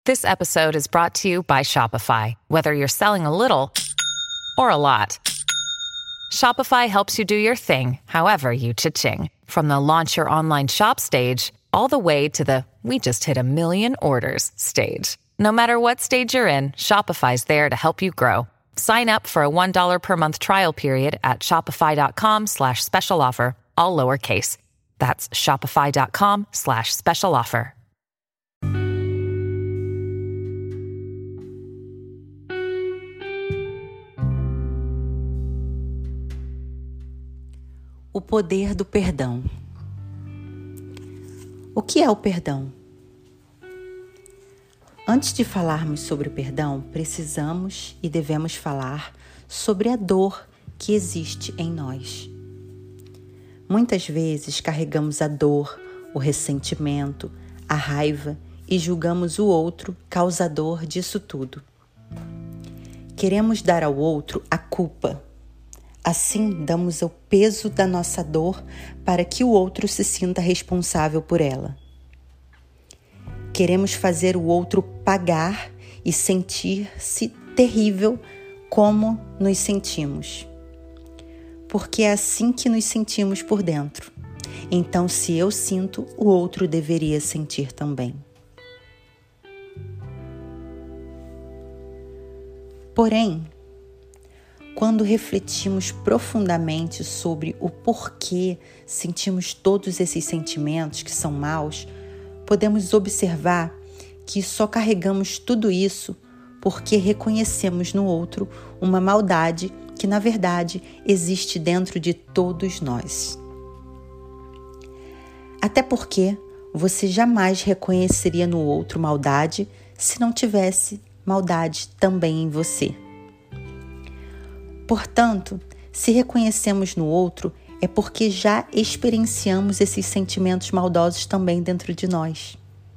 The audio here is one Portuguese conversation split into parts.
This episode is brought to you by Shopify. Whether you're selling a little or a lot, Shopify helps you do your thing, however you cha-ching. From the launch your online shop stage, all the way to the we just hit 1 million orders stage. No matter what stage you're in, Shopify's there to help you grow. Sign up for a $1 per month trial period at shopify.com/special offer, all lowercase. That's shopify.com/special offer. O poder do perdão. O que é o perdão? Antes de falarmos sobre o perdão, precisamos e devemos falar sobre a dor que existe em nós. Muitas vezes carregamos a dor, o ressentimento, a raiva e julgamos o outro causador disso tudo. Queremos dar ao outro a culpa. Assim, damos o peso da nossa dor para que o outro se sinta responsável por ela. Queremos fazer o outro pagar e sentir-se terrível como nos sentimos. Porque é assim que nos sentimos por dentro. Então, se eu sinto, o outro deveria sentir também. Porém, quando refletimos profundamente sobre o porquê sentimos todos esses sentimentos que são maus, podemos observar que só carregamos tudo isso porque reconhecemos no outro uma maldade que, na verdade, existe dentro de todos nós. Até porque você jamais reconheceria no outro maldade se não tivesse maldade também em você. Portanto, se reconhecemos no outro, é porque já experienciamos esses sentimentos maldosos também dentro de nós.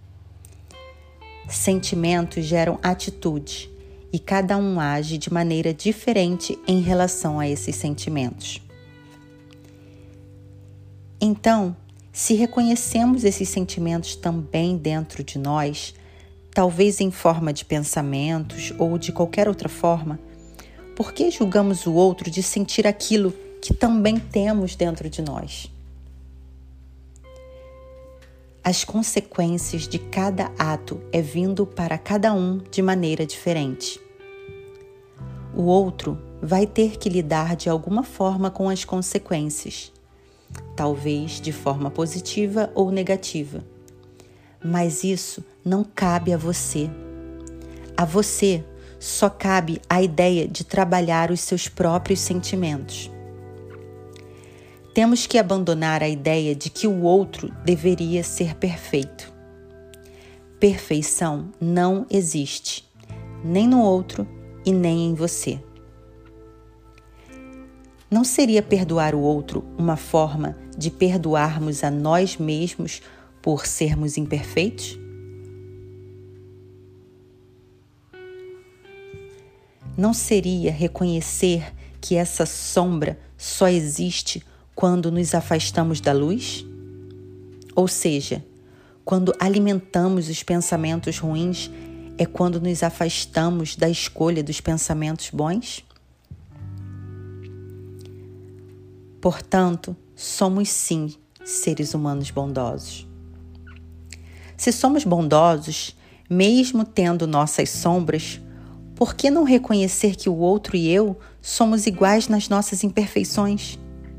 Sentimentos geram atitude e cada um age de maneira diferente em relação a esses sentimentos. Então, se reconhecemos esses sentimentos também dentro de nós, talvez em forma de pensamentos ou de qualquer outra forma, por que julgamos o outro de sentir aquilo que também temos dentro de nós? As consequências de cada ato é vindo para cada um de maneira diferente. O outro vai ter que lidar de alguma forma com as consequências, talvez de forma positiva ou negativa. Mas isso não cabe a você. A você só cabe a ideia de trabalhar os seus próprios sentimentos. Temos que abandonar a ideia de que o outro deveria ser perfeito. Perfeição não existe, nem no outro e nem em você. Não seria perdoar o outro uma forma de perdoarmos a nós mesmos por sermos imperfeitos? Não seria reconhecer que essa sombra só existe quando nos afastamos da luz? Ou seja, quando alimentamos os pensamentos ruins, é quando nos afastamos da escolha dos pensamentos bons? Portanto, somos sim seres humanos bondosos. Se somos bondosos, mesmo tendo nossas sombras, por que não reconhecer que o outro e eu somos iguais nas nossas imperfeições?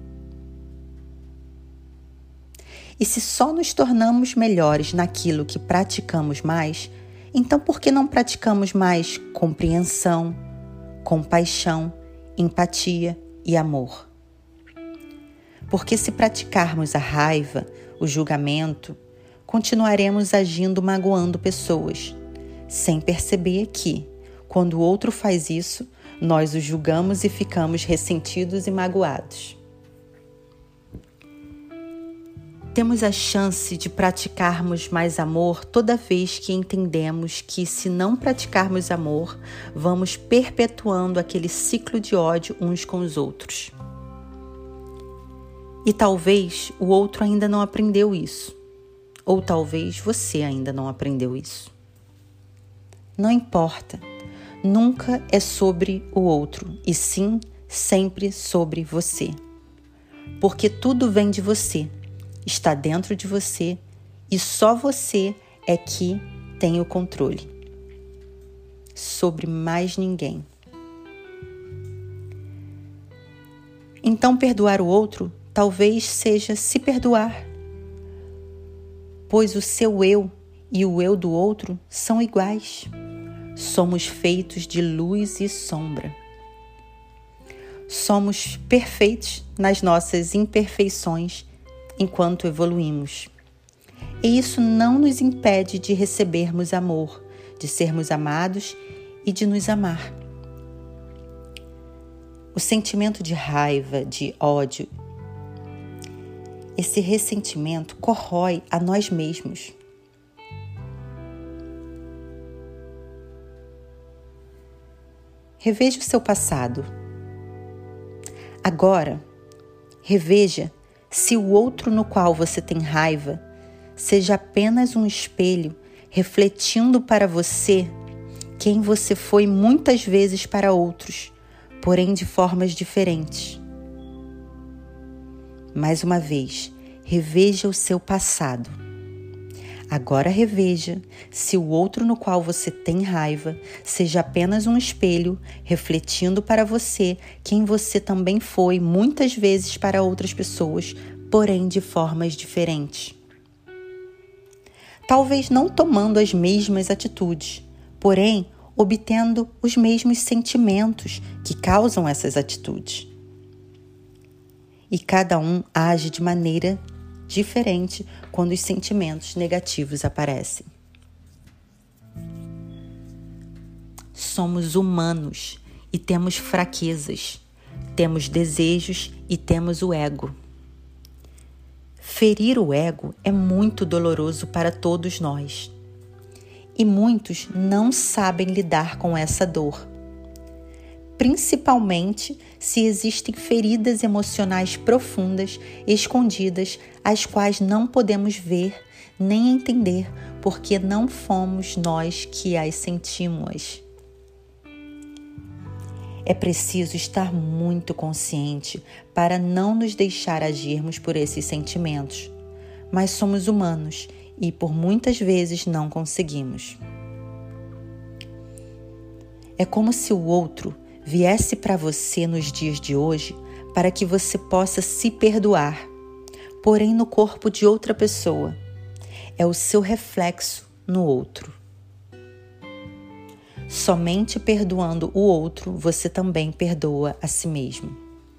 E se só nos tornamos melhores naquilo que praticamos mais, então por que não praticamos mais compreensão, compaixão, empatia e amor? Porque se praticarmos a raiva, o julgamento, continuaremos agindo magoando pessoas, sem perceber que, quando o outro faz isso, nós o julgamos e ficamos ressentidos e magoados. Temos a chance de praticarmos mais amor toda vez que entendemos que, se não praticarmos amor, vamos perpetuando aquele ciclo de ódio uns com os outros. E talvez o outro ainda não aprendeu isso. Ou talvez você ainda não aprendeu isso. Não importa. Nunca é sobre o outro, e sim, sempre sobre você. Porque tudo vem de você, está dentro de você, e só você é que tem o controle sobre mais ninguém. Então, perdoar o outro talvez seja se perdoar, pois o seu eu e o eu do outro são iguais. Somos feitos de luz e sombra. Somos perfeitos nas nossas imperfeições enquanto evoluímos. E isso não nos impede de recebermos amor, de sermos amados e de nos amar. O sentimento de raiva, de ódio, esse ressentimento corrói a nós mesmos. Reveja o seu passado. Agora, reveja se o outro no qual você tem raiva seja apenas um espelho refletindo para você quem você foi muitas vezes para outros, porém de formas diferentes. Mais uma vez, reveja o seu passado. Agora reveja se o outro no qual você tem raiva seja apenas um espelho refletindo para você quem você também foi muitas vezes para outras pessoas, porém de formas diferentes. Talvez não tomando as mesmas atitudes, porém obtendo os mesmos sentimentos que causam essas atitudes. E cada um age de maneira diferente quando os sentimentos negativos aparecem. Somos humanos e temos fraquezas, temos desejos e temos o ego. Ferir o ego é muito doloroso para todos nós. E muitos não sabem lidar com essa dor. Principalmente se existem feridas emocionais profundas, escondidas, as quais não podemos ver nem entender, porque não fomos nós que as sentimos. É preciso estar muito consciente para não nos deixar agirmos por esses sentimentos, mas somos humanos e por muitas vezes não conseguimos. É como se o outro viesse para você nos dias de hoje para que você possa se perdoar, porém no corpo de outra pessoa. É o seu reflexo no outro. Somente perdoando o outro, você também perdoa a si mesmo.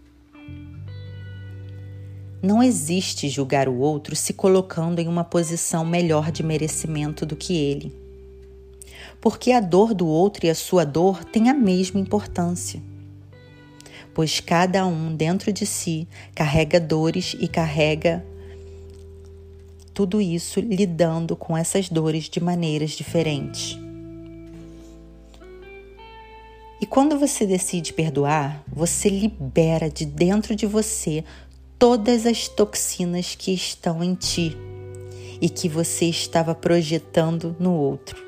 Não existe julgar o outro se colocando em uma posição melhor de merecimento do que ele. Porque a dor do outro e a sua dor têm a mesma importância. Pois cada um dentro de si carrega dores e carrega tudo isso lidando com essas dores de maneiras diferentes. E quando você decide perdoar, você libera de dentro de você todas as toxinas que estão em ti e que você estava projetando no outro.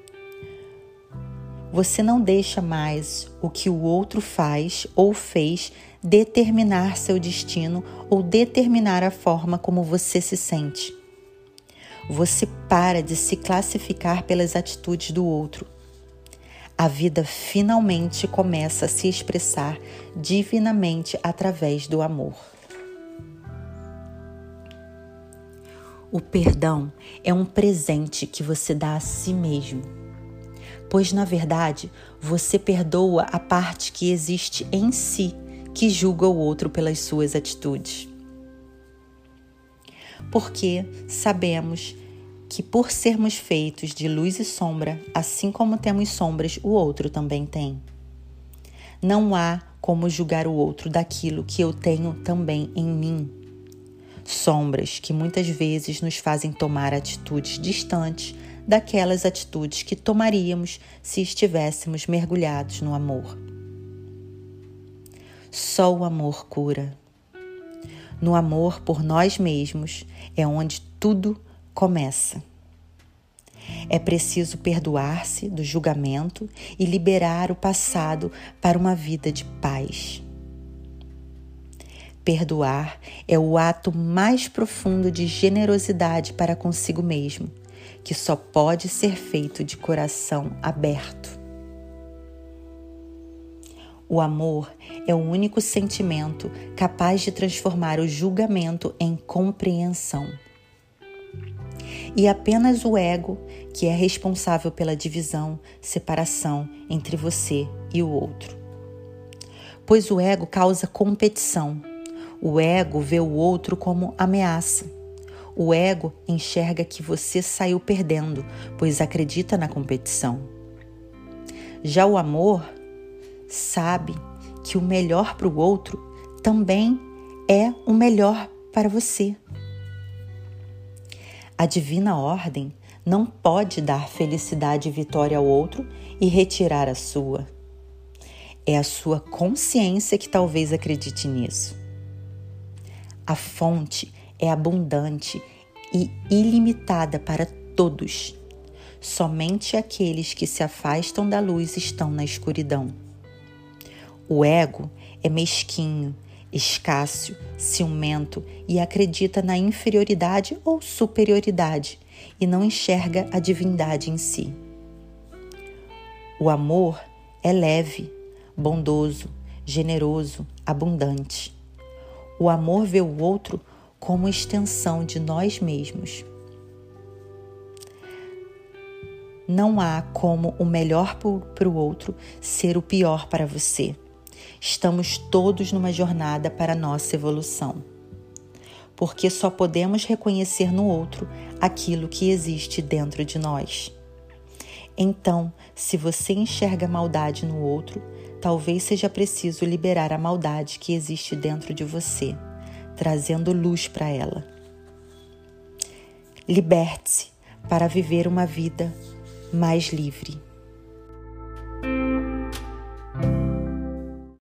Você não deixa mais o que o outro faz ou fez determinar seu destino ou determinar a forma como você se sente. Você para de se classificar pelas atitudes do outro. A vida finalmente começa a se expressar divinamente através do amor. O perdão é um presente que você dá a si mesmo. Pois, na verdade, você perdoa a parte que existe em si, que julga o outro pelas suas atitudes. Porque sabemos que por sermos feitos de luz e sombra, assim como temos sombras, o outro também tem. Não há como julgar o outro daquilo que eu tenho também em mim. Sombras que muitas vezes nos fazem tomar atitudes distantes daquelas atitudes que tomaríamos se estivéssemos mergulhados no amor. Só o amor cura. No amor por nós mesmos é onde tudo começa. É preciso perdoar-se do julgamento e liberar o passado para uma vida de paz. Perdoar é o ato mais profundo de generosidade para consigo mesmo, que só pode ser feito de coração aberto. O amor é o único sentimento capaz de transformar o julgamento em compreensão. E apenas o ego que é responsável pela divisão, separação entre você e o outro. Pois o ego causa competição. O ego vê o outro como ameaça. O ego enxerga que você saiu perdendo, pois acredita na competição. Já o amor sabe que o melhor para o outro também é o melhor para você. A divina ordem não pode dar felicidade e vitória ao outro e retirar a sua. É a sua consciência que talvez acredite nisso. A fonte é abundante e ilimitada para todos. Somente aqueles que se afastam da luz estão na escuridão. O ego é mesquinho, escasso, ciumento e acredita na inferioridade ou superioridade e não enxerga a divindade em si. O amor é leve, bondoso, generoso, abundante. O amor vê o outro como extensão de nós mesmos. Não há como o melhor para o outro ser o pior para você. Estamos todos numa jornada para a nossa evolução, porque só podemos reconhecer no outro aquilo que existe dentro de nós. Então, se você enxerga maldade no outro, talvez seja preciso liberar a maldade que existe dentro de você, trazendo luz para ela. Liberte-se para viver uma vida mais livre.